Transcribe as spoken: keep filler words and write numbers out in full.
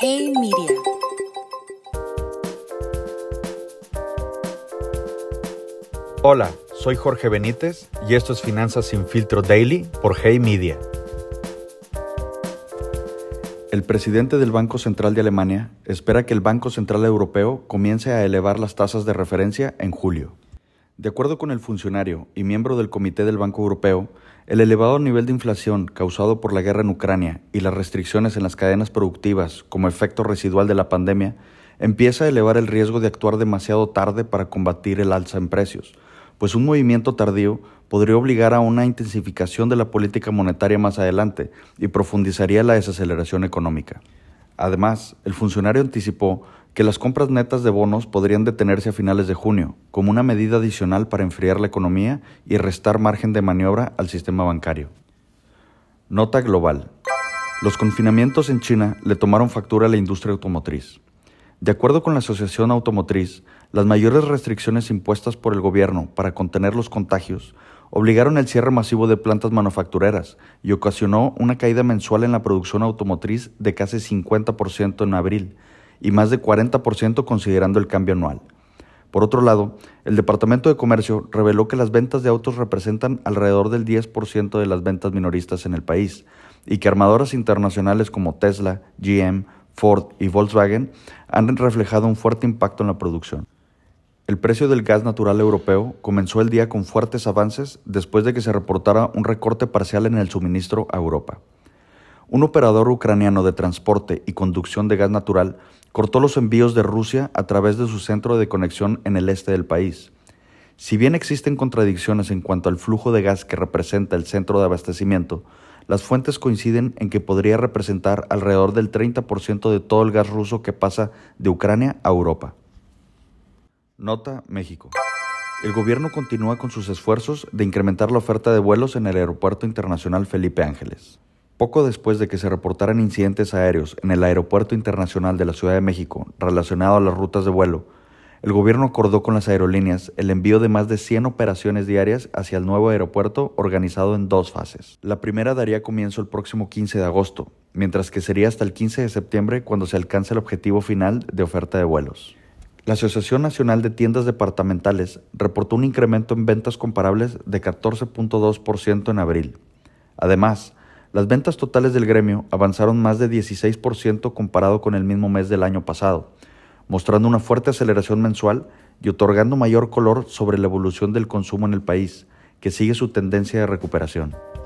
Hey Media. Hola, soy Jorge Benítez y esto es Finanzas sin Filtro Daily por Hey Media. El presidente del Banco Central de Alemania espera que el Banco Central Europeo comience a elevar las tasas de referencia en julio. De acuerdo con el funcionario y miembro del Comité del Banco Europeo, el elevado nivel de inflación causado por la guerra en Ucrania y las restricciones en las cadenas productivas como efecto residual de la pandemia empieza a elevar el riesgo de actuar demasiado tarde para combatir el alza en precios, pues un movimiento tardío podría obligar a una intensificación de la política monetaria más adelante y profundizaría la desaceleración económica. Además, el funcionario anticipó que las compras netas de bonos podrían detenerse a finales de junio, como una medida adicional para enfriar la economía y restar margen de maniobra al sistema bancario. Nota global. Los confinamientos en China le tomaron factura a la industria automotriz. De acuerdo con la Asociación Automotriz, las mayores restricciones impuestas por el gobierno para contener los contagios obligaron el cierre masivo de plantas manufactureras y ocasionó una caída mensual en la producción automotriz de casi cincuenta por ciento en abril y más de cuarenta por ciento considerando el cambio anual. Por otro lado, el Departamento de Comercio reveló que las ventas de autos representan alrededor del diez por ciento de las ventas minoristas en el país y que armadoras internacionales como Tesla, G M, Ford y Volkswagen han reflejado un fuerte impacto en la producción. El precio del gas natural europeo comenzó el día con fuertes avances después de que se reportara un recorte parcial en el suministro a Europa. Un operador ucraniano de transporte y conducción de gas natural cortó los envíos de Rusia a través de su centro de conexión en el este del país. Si bien existen contradicciones en cuanto al flujo de gas que representa el centro de abastecimiento, las fuentes coinciden en que podría representar alrededor del treinta por ciento de todo el gas ruso que pasa de Ucrania a Europa. Nota México. El gobierno continúa con sus esfuerzos de incrementar la oferta de vuelos en el Aeropuerto Internacional Felipe Ángeles. Poco después de que se reportaran incidentes aéreos en el Aeropuerto Internacional de la Ciudad de México relacionado a las rutas de vuelo, el gobierno acordó con las aerolíneas el envío de más de cien operaciones diarias hacia el nuevo aeropuerto organizado en dos fases. La primera daría comienzo el próximo quince de agosto, mientras que sería hasta el quince de septiembre cuando se alcance el objetivo final de oferta de vuelos. La Asociación Nacional de Tiendas Departamentales reportó un incremento en ventas comparables de catorce punto dos por ciento en abril. Además, las ventas totales del gremio avanzaron más de dieciséis por ciento comparado con el mismo mes del año pasado, mostrando una fuerte aceleración mensual y otorgando mayor color sobre la evolución del consumo en el país, que sigue su tendencia de recuperación.